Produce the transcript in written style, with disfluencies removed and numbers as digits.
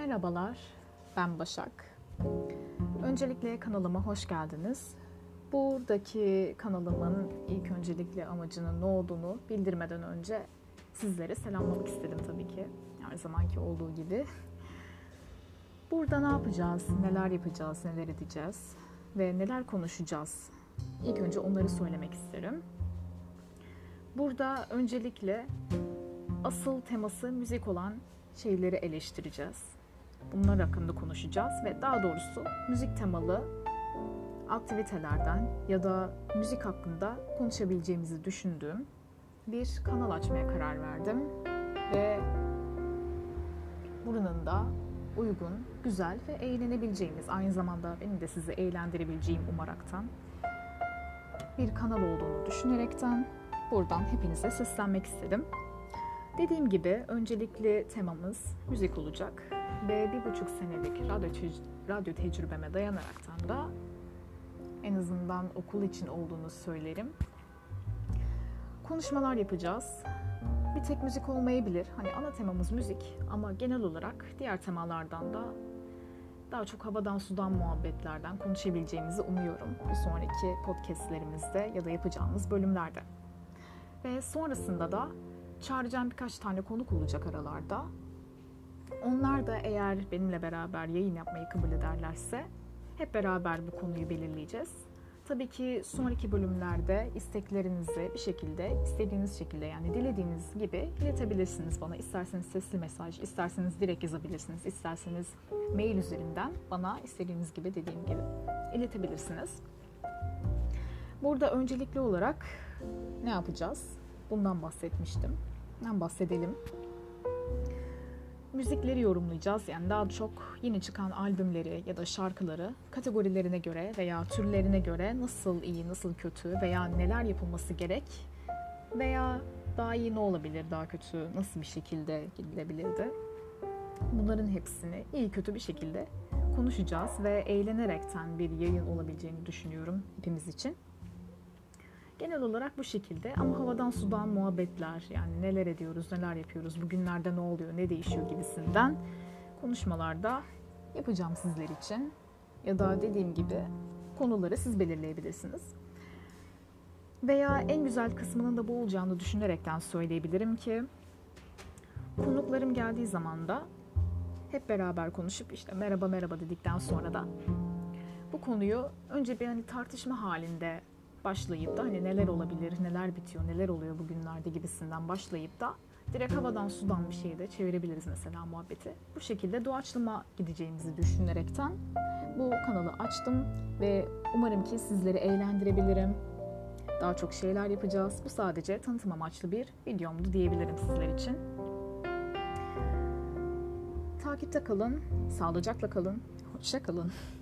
Merhabalar, ben Başak. Öncelikle kanalıma hoş geldiniz. Buradaki kanalımın ilk öncelikle amacının ne olduğunu bildirmeden önce sizlere selamlamak istedim tabii ki. Her zamanki olduğu gibi. Burada ne yapacağız, neler yapacağız, neler edeceğiz ve neler konuşacağız? İlk önce onları söylemek isterim. Burada öncelikle asıl teması müzik olan şeyleri eleştireceğiz. Bunlar hakkında konuşacağız ve daha doğrusu müzik temalı aktivitelerden ya da müzik hakkında konuşabileceğimizi düşündüğüm bir kanal açmaya karar verdim. Ve buranın da uygun, güzel ve eğlenebileceğimiz, aynı zamanda benim de sizi eğlendirebileceğim umaraktan bir kanal olduğunu düşünerekten buradan hepinize seslenmek istedim. Dediğim gibi öncelikli temamız müzik olacak ve 1,5 senelik radyo tecrübeme dayanaraktan da en azından okul için olduğunu söylerim. Konuşmalar yapacağız. Bir tek müzik olmayabilir. Hani ana temamız müzik ama genel olarak diğer temalardan da daha çok havadan sudan muhabbetlerden konuşabileceğimizi umuyorum. Bir sonraki podcastlerimizde ya da yapacağımız bölümlerde. Ve sonrasında da çağıracağım birkaç tane konuk olacak aralarda. Onlar da eğer benimle beraber yayın yapmayı kabul ederlerse hep beraber bu konuyu belirleyeceğiz. Tabii ki sonraki bölümlerde isteklerinizi bir şekilde, istediğiniz şekilde yani dilediğiniz gibi iletebilirsiniz bana. İsterseniz sesli mesaj, isterseniz direkt yazabilirsiniz, isterseniz mail üzerinden bana istediğiniz gibi dediğim gibi iletebilirsiniz. Burada öncelikli olarak ne yapacağız? Bundan bahsetmiştim. Bahsedelim. Müzikleri yorumlayacağız. Yani daha çok yeni çıkan albümleri ya da şarkıları kategorilerine göre veya türlerine göre nasıl iyi, nasıl kötü veya neler yapılması gerek veya daha iyi ne olabilir, daha kötü nasıl bir şekilde gidilebilirdi. Bunların hepsini iyi kötü bir şekilde konuşacağız ve eğlenerekten bir yayın olabileceğini düşünüyorum hepimiz için. Genel olarak bu şekilde ama havadan sudan muhabbetler, yani neler ediyoruz, neler yapıyoruz, bugünlerde ne oluyor, ne değişiyor gibisinden konuşmalarda yapacağım sizler için. Ya da dediğim gibi konuları siz belirleyebilirsiniz. Veya en güzel kısmının da bu olacağını düşünerekten söyleyebilirim ki konuklarım geldiği zaman da hep beraber konuşup işte merhaba merhaba dedikten sonra da bu konuyu önce bir tartışma halinde başlayıp da hani neler olabilir, neler bitiyor, neler oluyor bugünlerde gibisinden başlayıp da direkt havadan sudan bir şeyi de çevirebiliriz mesela muhabbeti. Bu şekilde doğaçlama gideceğimizi düşünerekten bu kanalı açtım ve umarım ki sizleri eğlendirebilirim. Daha çok şeyler yapacağız. Bu sadece tanıtım amaçlı bir videomdu diyebilirim sizler için. Takipte kalın, sağlıcakla kalın, hoşça kalın.